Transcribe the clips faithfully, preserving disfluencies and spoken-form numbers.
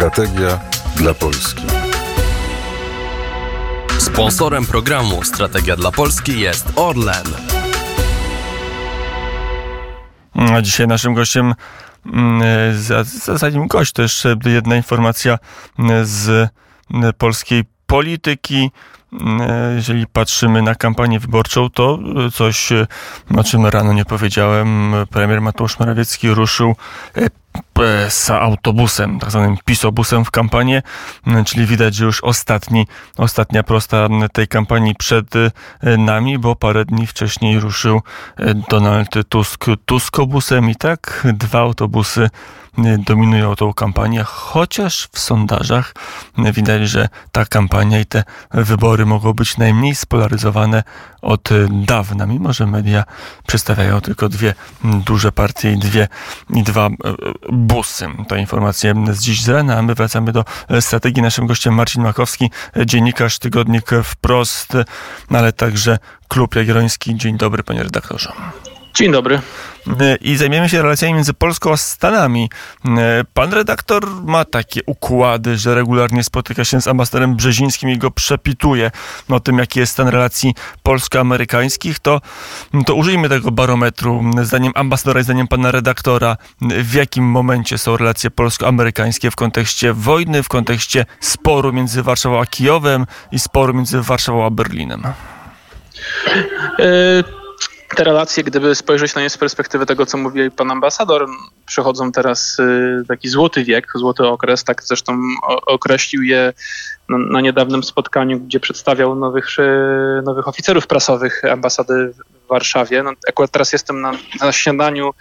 Strategia dla Polski. Sponsorem programu Strategia dla Polski jest Orlen. A dzisiaj naszym gościem, zanim gość, to jeszcze jedna informacja z polskiej polityki. Jeżeli patrzymy na kampanię wyborczą, to coś, o czym rano nie powiedziałem, premier Mateusz Morawiecki ruszył z autobusem, tak zwanym pisobusem w kampanię, czyli widać, że już ostatni, ostatnia prosta tej kampanii przed nami, bo parę dni wcześniej ruszył Donald Tusk tuskobusem i tak dwa autobusy dominują tą kampanię, chociaż w sondażach widać, że ta kampania i te wybory mogą być najmniej spolaryzowane od dawna, mimo że media przedstawiają tylko dwie duże partie i dwie i dwa busy. To informacje z dziś z rana, a my wracamy do strategii. Naszym gościem Marcin Makowski, dziennikarz Tygodnik Wprost, ale także Klub Jagielloński. Dzień dobry, panie redaktorze. Dzień dobry. I zajmiemy się relacjami między Polską a Stanami. Pan redaktor ma takie układy, że regularnie spotyka się z ambasadorem Brzezińskim i go przepituje o tym, jaki jest stan relacji polsko-amerykańskich. To, to użyjmy tego barometru. Zdaniem ambasadora i zdaniem pana redaktora, w jakim momencie są relacje polsko-amerykańskie w kontekście wojny, w kontekście sporu między Warszawą a Kijowem i sporu między Warszawą a Berlinem? Y- Te relacje, gdyby spojrzeć na nie z perspektywy tego, co mówi pan ambasador, przechodzą teraz taki złoty wiek, złoty okres, tak zresztą określił je na niedawnym spotkaniu, gdzie przedstawiał nowych, nowych oficerów prasowych ambasady w Warszawie. No, akurat teraz jestem na, na śniadaniu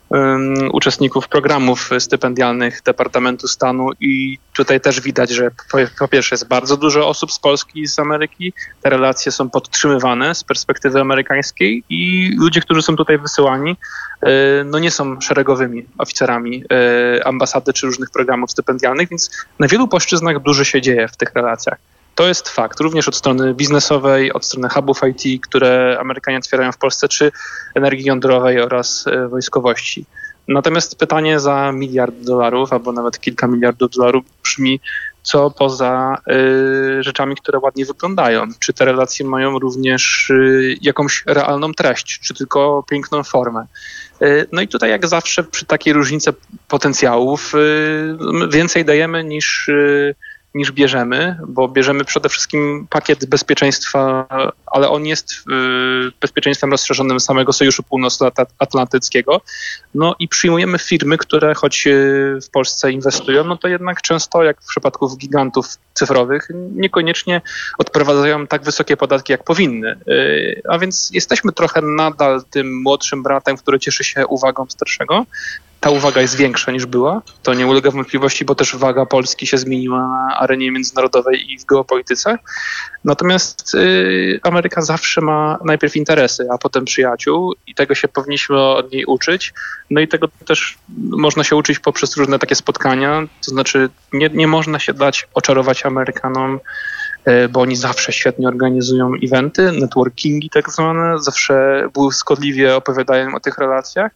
Um, uczestników programów stypendialnych Departamentu Stanu i tutaj też widać, że po, po pierwsze jest bardzo dużo osób z Polski i z Ameryki, te relacje są podtrzymywane z perspektywy amerykańskiej i ludzie, którzy są tutaj wysyłani, y, no nie są szeregowymi oficerami y, ambasady czy różnych programów stypendialnych, więc na wielu płaszczyznach dużo się dzieje w tych relacjach. To jest fakt, również od strony biznesowej, od strony hubów I T, które Amerykanie otwierają w Polsce, czy energii jądrowej oraz wojskowości. Natomiast pytanie za miliard dolarów, albo nawet kilka miliardów dolarów brzmi, co poza y, rzeczami, które ładnie wyglądają. Czy te relacje mają również y, jakąś realną treść, czy tylko piękną formę. Y, no i tutaj jak zawsze przy takiej różnicy potencjałów y, więcej dajemy niż... Y, niż bierzemy, bo bierzemy przede wszystkim pakiet bezpieczeństwa, ale on jest bezpieczeństwem rozszerzonym samego Sojuszu Północnoatlantyckiego. No i przyjmujemy firmy, które choć w Polsce inwestują, no to jednak często, jak w przypadku gigantów cyfrowych, niekoniecznie odprowadzają tak wysokie podatki, jak powinny. A więc jesteśmy trochę nadal tym młodszym bratem, który cieszy się uwagą starszego. Ta uwaga jest większa niż była, to nie ulega wątpliwości, bo też waga Polski się zmieniła na arenie międzynarodowej i w geopolityce. Natomiast y, Ameryka zawsze ma najpierw interesy, a potem przyjaciół i tego się powinniśmy od niej uczyć. No i tego też można się uczyć poprzez różne takie spotkania, to znaczy nie, nie można się dać oczarować Amerykanom, y, bo oni zawsze świetnie organizują eventy, networkingi tak zwane, zawsze błyskotliwie opowiadają o tych relacjach.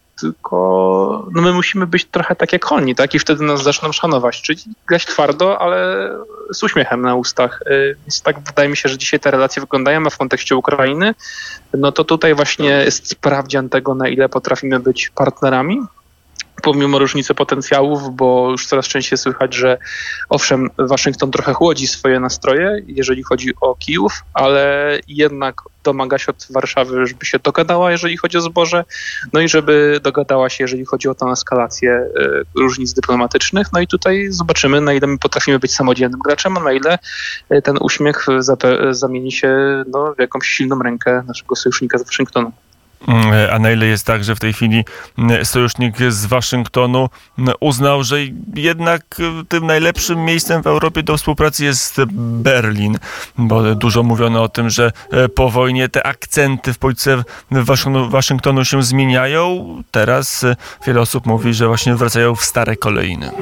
Tylko no my musimy być trochę tak jak oni, tak? I wtedy nas zaczną szanować, czyli grać twardo, ale z uśmiechem na ustach. Więc tak wydaje mi się, że dzisiaj te relacje wyglądają, a w kontekście Ukrainy, no to tutaj właśnie jest sprawdzian tego, na ile potrafimy być partnerami, pomimo różnicy potencjałów, bo już coraz częściej słychać, że owszem, Waszyngton trochę chłodzi swoje nastroje, jeżeli chodzi o Kijów, ale jednak domaga się od Warszawy, żeby się dogadała, jeżeli chodzi o zboże, no i żeby dogadała się, jeżeli chodzi o tę eskalację y, różnic dyplomatycznych. No i tutaj zobaczymy, na ile my potrafimy być samodzielnym graczem, a na ile y, ten uśmiech zape- zamieni się no, w jakąś silną rękę naszego sojusznika z Waszyngtonu. A na ile jest tak, że w tej chwili sojusznik z Waszyngtonu uznał, że jednak tym najlepszym miejscem w Europie do współpracy jest Berlin, bo dużo mówiono o tym, że po wojnie te akcenty w polityce Waszyngtonu się zmieniają. Teraz wiele osób mówi, że właśnie wracają w stare kolejny.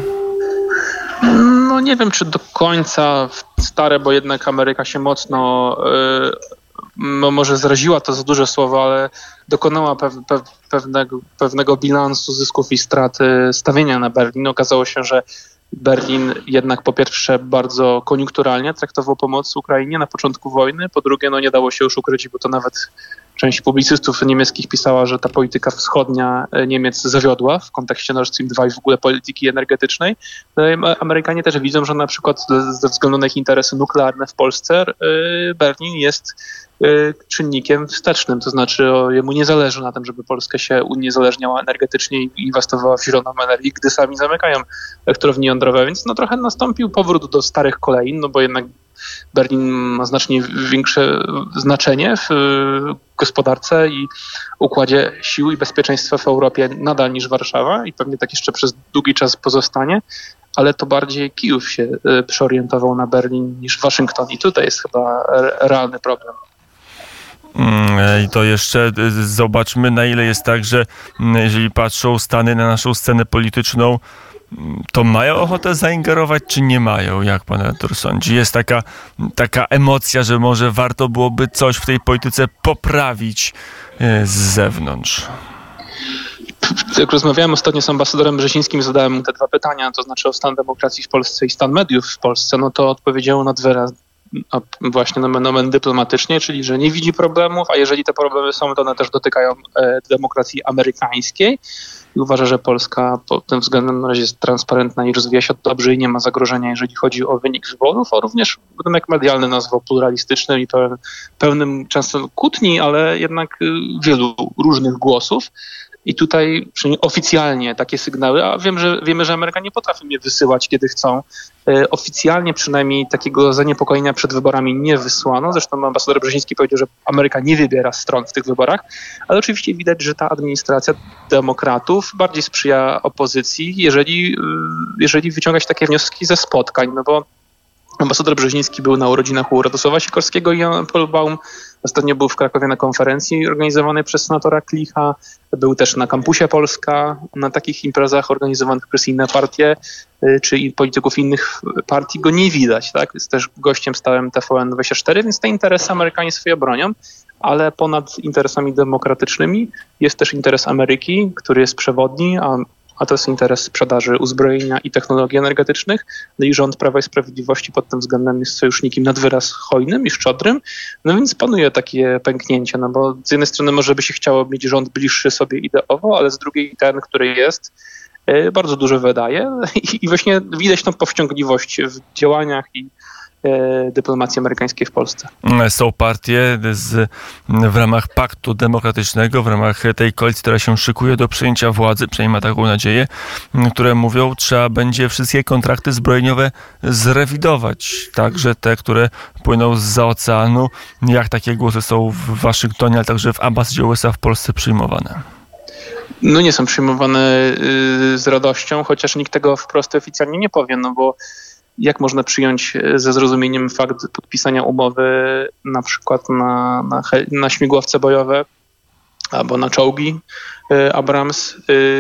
No nie wiem, czy do końca w stare, bo jednak Ameryka się mocno... Yy... No może zraziła to za duże słowo, ale dokonała pew, pew, pewnego, pewnego bilansu zysków i strat stawienia na Berlin. Okazało się, że Berlin jednak po pierwsze bardzo koniunkturalnie traktował pomoc Ukrainie na początku wojny, po drugie no nie dało się już ukryć, bo to nawet część publicystów niemieckich pisała, że ta polityka wschodnia Niemiec zawiodła w kontekście Nord Stream dwa i w ogóle polityki energetycznej. Amerykanie też widzą, że na przykład ze względu na ich interesy nuklearne w Polsce Berlin jest czynnikiem wstecznym, to znaczy o, jemu nie zależy na tym, żeby Polska się uniezależniała energetycznie i inwestowała w zieloną energię, gdy sami zamykają elektrownie jądrowe, więc no trochę nastąpił powrót do starych kolei, no bo jednak Berlin ma znacznie większe znaczenie w gospodarce i układzie sił i bezpieczeństwa w Europie nadal niż Warszawa i pewnie tak jeszcze przez długi czas pozostanie, ale to bardziej Kijów się przeorientował na Berlin niż Waszyngton i tutaj jest chyba realny problem. I to jeszcze zobaczmy, na ile jest tak, że jeżeli patrzą Stany na naszą scenę polityczną, to mają ochotę zaingerować, czy nie mają? Jak pan redaktor sądzi? Jest taka, taka emocja, że może warto byłoby coś w tej polityce poprawić z zewnątrz. Jak rozmawiałem ostatnio z ambasadorem Brzezińskim, zadałem mu te dwa pytania, to znaczy o stan demokracji w Polsce i stan mediów w Polsce, no to odpowiedział nad wyraz właśnie nomen omen dyplomatycznie, czyli że nie widzi problemów, a jeżeli te problemy są, to one też dotykają e, demokracji amerykańskiej i uważa, że Polska pod tym względem na razie jest transparentna i rozwija się dobrze i nie ma zagrożenia, jeżeli chodzi o wynik wyborów, a również rynek medialny nazwał pluralistycznym i pełen, pełnym często kłótni, ale jednak y, wielu różnych głosów. I tutaj przynajmniej oficjalnie takie sygnały, a wiem, że wiemy, że Amerykanie potrafią je wysyłać, kiedy chcą. E, oficjalnie przynajmniej takiego zaniepokojenia przed wyborami nie wysłano. Zresztą ambasador Brzeziński powiedział, że Ameryka nie wybiera stron w tych wyborach, ale oczywiście widać, że ta administracja demokratów bardziej sprzyja opozycji, jeżeli, jeżeli wyciągać takie wnioski ze spotkań, no bo ambasador Brzeziński był na urodzinach u Radosława Sikorskiego i Jan Applebaum. Ostatnio był w Krakowie na konferencji organizowanej przez senatora Klicha. Był też na kampusie Polska, na takich imprezach organizowanych przez inne partie, czy polityków innych partii go nie widać. Tak? Jest też gościem stałym T V N dwadzieścia cztery, więc te interesy Amerykanie swoje bronią, ale ponad interesami demokratycznymi jest też interes Ameryki, który jest przewodni, a a to jest interes sprzedaży uzbrojenia i technologii energetycznych. No i rząd Prawa i Sprawiedliwości pod tym względem jest sojusznikiem nad wyraz hojnym i szczodrym. No więc panuje takie pęknięcie, no bo z jednej strony może by się chciało mieć rząd bliższy sobie ideowo, ale z drugiej ten, który jest, bardzo dużo wydaje i właśnie widać tą powściągliwość w działaniach i dyplomacji amerykańskiej w Polsce. Są partie z, w ramach Paktu Demokratycznego, w ramach tej koalicji, która się szykuje do przejęcia władzy, przynajmniej ma taką nadzieję, które mówią, trzeba będzie wszystkie kontrakty zbrojeniowe zrewidować. Także te, które płyną zza oceanu. Jak takie głosy są w Waszyngtonie, ale także w ambasadzie U S A w Polsce przyjmowane? No nie są przyjmowane y, z radością, chociaż nikt tego wprost oficjalnie nie powie, no bo jak można przyjąć ze zrozumieniem fakt podpisania umowy na przykład na, na, na śmigłowce bojowe albo na czołgi Abrams,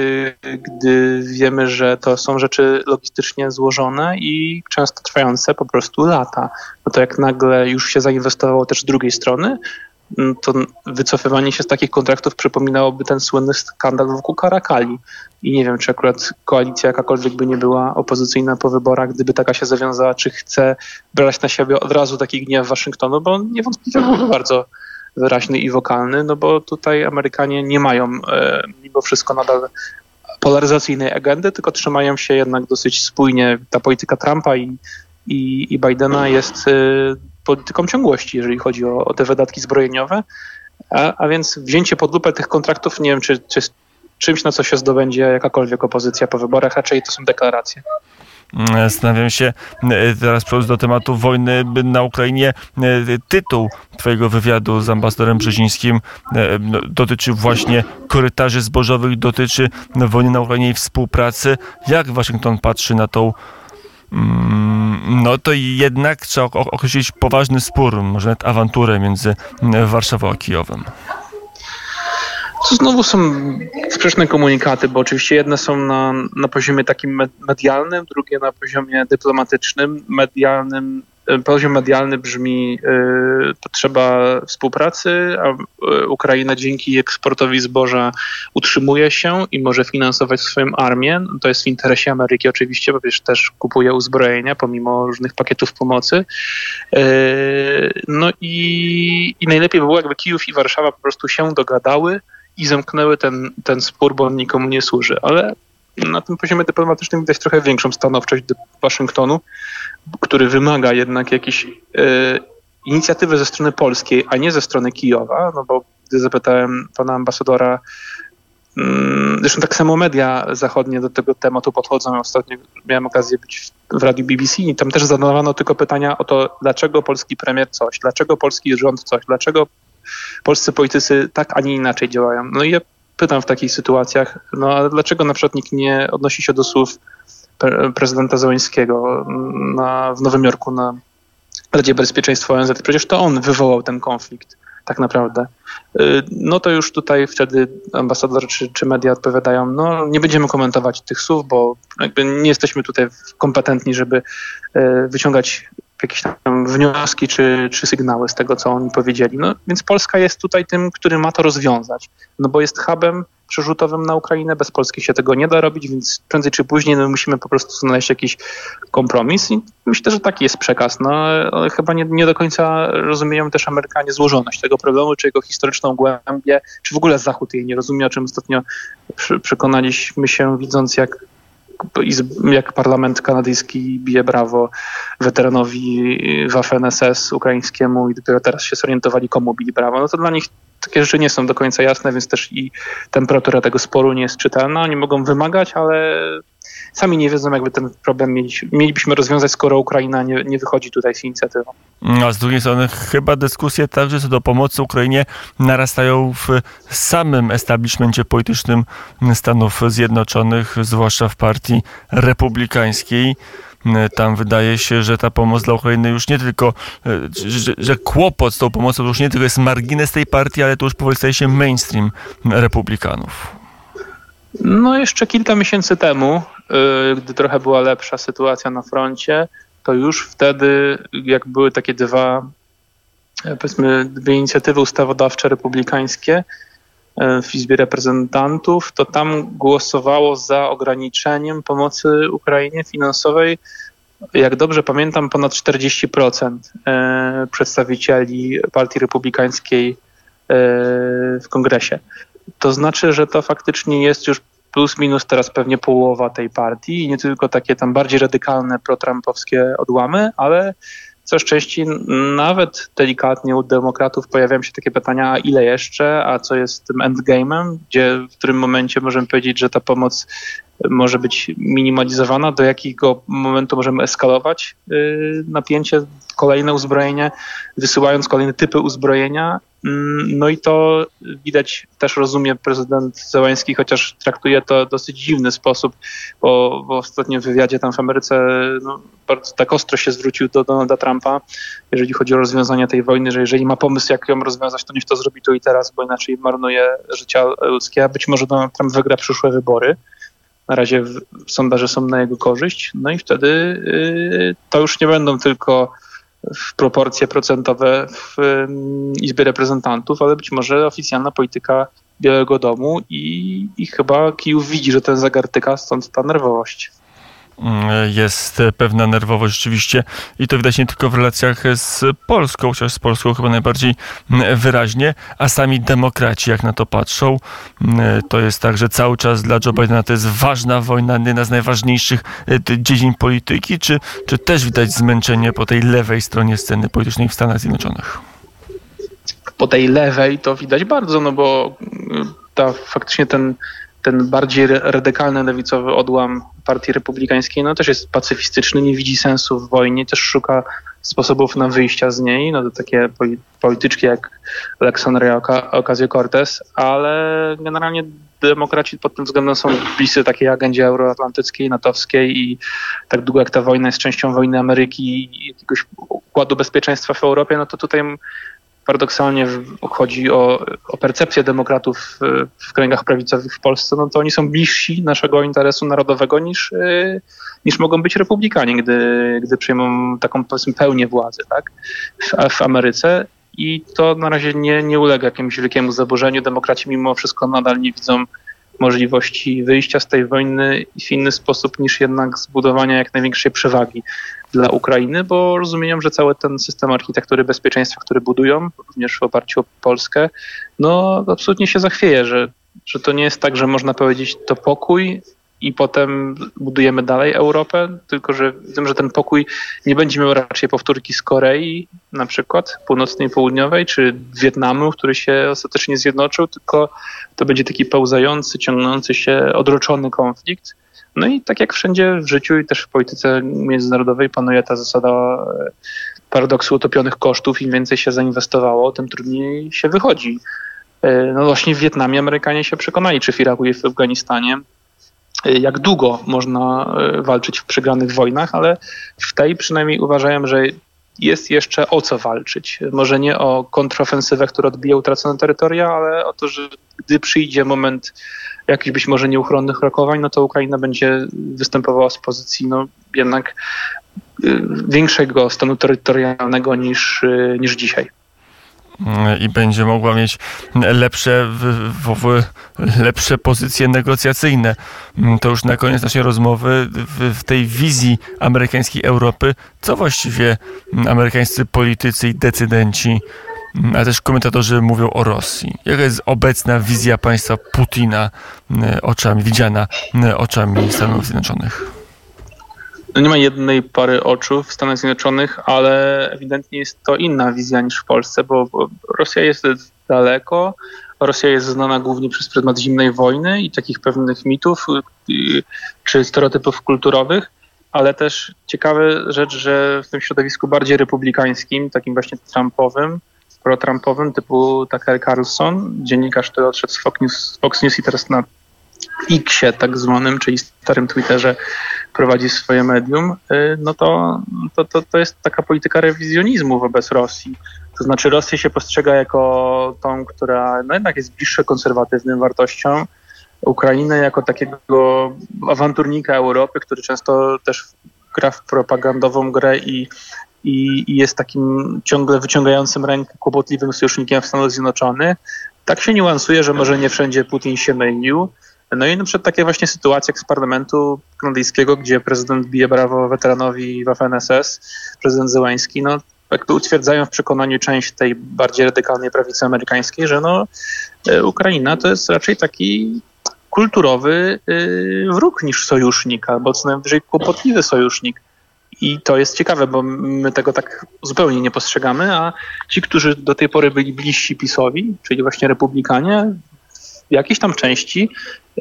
gdy wiemy, że to są rzeczy logistycznie złożone i często trwające po prostu lata. No to jak nagle już się zainwestowało też z drugiej strony, to wycofywanie się z takich kontraktów przypominałoby ten słynny skandal wokół Karakali. I nie wiem, czy akurat koalicja jakakolwiek by nie była opozycyjna po wyborach, gdyby taka się zawiązała, czy chce brać na siebie od razu taki gniew Waszyngtonu, bo on niewątpliwie byłby bardzo wyraźny i wokalny, no bo tutaj Amerykanie nie mają e, mimo wszystko nadal polaryzacyjnej agendy, tylko trzymają się jednak dosyć spójnie. Ta polityka Trumpa i, i, i Bidena jest e, polityką ciągłości, jeżeli chodzi o, o te wydatki zbrojeniowe, a, a więc wzięcie pod lupę tych kontraktów, nie wiem, czy, czy czymś, na co się zdobędzie jakakolwiek opozycja po wyborach, raczej to są deklaracje. Zastanawiam się, teraz przechodząc do tematu wojny na Ukrainie, tytuł twojego wywiadu z ambasadorem Brzezińskim dotyczy właśnie korytarzy zbożowych, dotyczy wojny na Ukrainie i współpracy. Jak Waszyngton patrzy na tą, no to jednak trzeba określić poważny spór, może nawet awanturę między Warszawą a Kijowem. To znowu są sprzeczne komunikaty, bo oczywiście jedne są na, na poziomie takim medialnym, drugie na poziomie dyplomatycznym. Medialnym poziom medialny brzmi potrzeba współpracy, a Ukraina dzięki eksportowi zboża utrzymuje się i może finansować swoją armię. To jest w interesie Ameryki oczywiście, bo wiesz, też kupuje uzbrojenia pomimo różnych pakietów pomocy. No i, i najlepiej by było, jakby Kijów i Warszawa po prostu się dogadały i zamknęły ten, ten spór, bo on nikomu nie służy. Ale na tym poziomie dyplomatycznym widać trochę większą stanowczość Waszyngtonu, który wymaga jednak jakiejś e, inicjatywy ze strony polskiej, a nie ze strony Kijowa, no bo gdy zapytałem pana ambasadora, mm, zresztą tak samo media zachodnie do tego tematu podchodzą. Ostatnio miałem okazję być w radiu B B C i tam też zadawano tylko pytania o to, dlaczego polski premier coś, dlaczego polski rząd coś, dlaczego polscy politycy tak, a nie inaczej działają. No i ja pytam w takich sytuacjach, no ale dlaczego na przykład nikt nie odnosi się do słów pre- prezydenta Zełenskiego na, w Nowym Jorku na Radzie Bezpieczeństwa O N Z? Przecież to on wywołał ten konflikt tak naprawdę. No to już tutaj wtedy ambasador czy, czy media odpowiadają, no nie będziemy komentować tych słów, bo jakby nie jesteśmy tutaj kompetentni, żeby wyciągać jakieś tam wnioski czy, czy sygnały z tego, co oni powiedzieli. No więc Polska jest tutaj tym, który ma to rozwiązać, no bo jest hubem przerzutowym na Ukrainę, bez Polski się tego nie da robić, więc prędzej czy później no, musimy po prostu znaleźć jakiś kompromis i myślę, że taki jest przekaz. No ale chyba nie, nie do końca rozumieją też Amerykanie złożoność tego problemu, czy jego historyczną głębię, czy w ogóle Zachód jej nie rozumie, o czym ostatnio przy, przekonaliśmy się, widząc jak jak parlament kanadyjski bije brawo weteranowi Waffen S S ukraińskiemu i dopiero teraz się zorientowali, komu bili brawo. No to dla nich takie rzeczy nie są do końca jasne, więc też i temperatura tego sporu nie jest czytelna. Oni mogą wymagać, ale sami nie wiedzą, jakby ten problem mieli, mielibyśmy rozwiązać, skoro Ukraina nie, nie wychodzi tutaj z inicjatywą. A z drugiej strony chyba dyskusje także co do pomocy Ukrainie narastają w samym establishmencie politycznym Stanów Zjednoczonych, zwłaszcza w partii republikańskiej. Tam wydaje się, że ta pomoc dla Ukrainy już nie tylko, że, że kłopot z tą pomocą to już nie tylko jest margines tej partii, ale to już powoli staje się mainstream republikanów. No jeszcze kilka miesięcy temu, gdy trochę była lepsza sytuacja na froncie, to już wtedy, jak były takie dwa, powiedzmy, dwie inicjatywy ustawodawcze republikańskie w Izbie Reprezentantów, to tam głosowało za ograniczeniem pomocy Ukrainie finansowej, jak dobrze pamiętam, ponad czterdzieści procent przedstawicieli Partii Republikańskiej w Kongresie. To znaczy, że to faktycznie jest już plus minus teraz pewnie połowa tej partii i nie tylko takie tam bardziej radykalne pro-trumpowskie odłamy, ale coraz częściej nawet delikatnie u demokratów pojawiają się takie pytania, a ile jeszcze, a co jest tym endgame'em, gdzie w którym momencie możemy powiedzieć, że ta pomoc może być minimalizowana, do jakiego momentu możemy eskalować yy, napięcie, kolejne uzbrojenie, wysyłając kolejne typy uzbrojenia. No i to widać, też rozumie prezydent Zełenski, chociaż traktuje to w dosyć dziwny sposób, bo w ostatnim wywiadzie tam w Ameryce no, bardzo tak ostro się zwrócił do Donalda Trumpa, jeżeli chodzi o rozwiązanie tej wojny, że jeżeli ma pomysł, jak ją rozwiązać, to niech to zrobi tu i teraz, bo inaczej marnuje życia ludzkie, a być może Donald Trump wygra przyszłe wybory. Na razie sondaże są na jego korzyść, no i wtedy yy, to już nie będą tylko w proporcje procentowe w Izbie Reprezentantów, ale być może oficjalna polityka Białego Domu i, i chyba Kijów widzi, że ten zegar tyka, stąd ta nerwowość. Jest pewna nerwowość rzeczywiście i to widać nie tylko w relacjach z Polską, chociaż z Polską chyba najbardziej wyraźnie, a sami demokraci jak na to patrzą, to jest tak, że cały czas dla Joe Bidena to jest ważna wojna, jedna z najważniejszych dziedzin polityki, czy, czy też widać zmęczenie po tej lewej stronie sceny politycznej w Stanach Zjednoczonych? Po tej lewej to widać bardzo, no bo ta, faktycznie ten ten bardziej radykalny lewicowy odłam Partii Republikańskiej no też jest pacyfistyczny, nie widzi sensu w wojnie, też szuka sposobów na wyjścia z niej, no to takie polityczki jak Alexandria Ocasio-Cortez, ale generalnie demokraci pod tym względem są bliscy takiej agendzie euroatlantyckiej, natowskiej i tak długo jak ta wojna jest częścią wojny Ameryki i jakiegoś układu bezpieczeństwa w Europie, no to tutaj paradoksalnie chodzi o, o percepcję demokratów w, w kręgach prawicowych w Polsce, no to oni są bliżsi naszego interesu narodowego niż, niż mogą być republikanie, gdy, gdy przejmą taką, powiedzmy, pełnię władzy, tak, w, w Ameryce. I to na razie nie, nie ulega jakiemuś wielkiemu zaburzeniu. Demokraci mimo wszystko nadal nie widzą możliwości wyjścia z tej wojny w inny sposób niż jednak zbudowania jak największej przewagi dla Ukrainy, bo rozumieją, że cały ten system architektury bezpieczeństwa, który budują, również w oparciu o Polskę, no absolutnie się zachwieje, że, że to nie jest tak, że można powiedzieć to pokój i potem budujemy dalej Europę, tylko że wiem, że ten pokój nie będzie miał raczej powtórki z Korei, na przykład północnej i południowej, czy Wietnamu, który się ostatecznie zjednoczył, tylko to będzie taki pełzający, ciągnący się, odroczony konflikt. No i tak jak wszędzie w życiu i też w polityce międzynarodowej panuje ta zasada paradoksu utopionych kosztów. Im więcej się zainwestowało, tym trudniej się wychodzi. No właśnie w Wietnamie Amerykanie się przekonali, czy w Iraku i w Afganistanie, jak długo można walczyć w przegranych wojnach, ale w tej przynajmniej uważają, że jest jeszcze o co walczyć. Może nie o kontrofensywę, która odbije utracone terytoria, ale o to, że gdy przyjdzie moment jakichś być może nieuchronnych rokowań, no to Ukraina będzie występowała z pozycji no jednak większego stanu terytorialnego niż, niż dzisiaj. I będzie mogła mieć lepsze, w, w, lepsze pozycje negocjacyjne. To już na koniec naszej rozmowy w, w tej wizji amerykańskiej Europy, co właściwie amerykańscy politycy i decydenci, a też komentatorzy mówią o Rosji. Jaka jest obecna wizja państwa Putina oczami, widziana oczami Stanów Zjednoczonych? No nie ma jednej pary oczu w Stanach Zjednoczonych, ale ewidentnie jest to inna wizja niż w Polsce, bo, bo Rosja jest daleko, Rosja jest znana głównie przez pryzmat zimnej wojny i takich pewnych mitów czy stereotypów kulturowych, ale też ciekawa rzecz, że w tym środowisku bardziej republikańskim, takim właśnie trumpowym, pro-trumpowym, typu Tucker Carlson, dziennikarz, który odszedł z Fox News, Fox News i teraz na X-ie tak zwanym, czyli starym Twitterze prowadzi swoje medium, no to, to, to, to jest taka polityka rewizjonizmu wobec Rosji. To znaczy Rosję się postrzega jako tą, która no jednak jest bliższa konserwatywnym wartościom, Ukrainę jako takiego awanturnika Europy, który często też gra w propagandową grę i, i, i jest takim ciągle wyciągającym rękę kłopotliwym sojusznikiem w Stanach Zjednoczonych. Tak się niuansuje, że może nie wszędzie Putin się mylił. No i na przykład takie właśnie sytuacje jak z parlamentu kanadyjskiego, gdzie prezydent bije brawo weteranowi Waffen S S, prezydent Zełański, no jakby utwierdzają w przekonaniu część tej bardziej radykalnej prawicy amerykańskiej, że no Ukraina to jest raczej taki kulturowy wróg niż sojusznik, albo co najwyżej kłopotliwy sojusznik. I to jest ciekawe, bo my tego tak zupełnie nie postrzegamy, a ci, którzy do tej pory byli bliżsi PiS-owi, czyli właśnie republikanie, w jakiejś tam części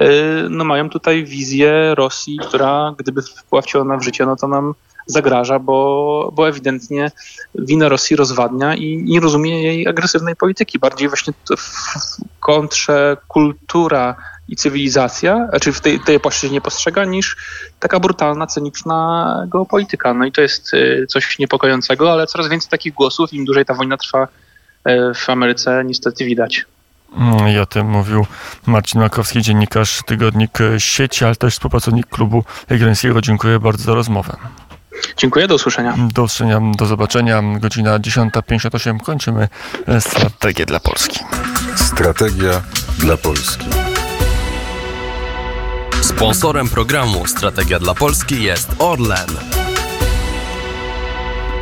no mają tutaj wizję Rosji, która gdyby była wcielona w życie, no to nam zagraża, bo, bo ewidentnie winę Rosji rozwadnia i nie rozumie jej agresywnej polityki. Bardziej właśnie w kontrze kultura i cywilizacja, znaczy w tej, tej płaszczyźnie nie postrzega, niż taka brutalna, cyniczna geopolityka. No i to jest coś niepokojącego, ale coraz więcej takich głosów, im dłużej ta wojna trwa w Ameryce, niestety widać. I o tym mówił Marcin Makowski, dziennikarz Tygodnik Sieci, ale też współpracownik Klubu Jagiellońskiego. Dziękuję bardzo za rozmowę. Dziękuję, do usłyszenia. Do usłyszenia, do zobaczenia. Godzina dziesiąta pięćdziesiąt osiem. Kończymy Strategię dla Polski. Strategia dla Polski. Sponsorem programu Strategia dla Polski jest Orlen.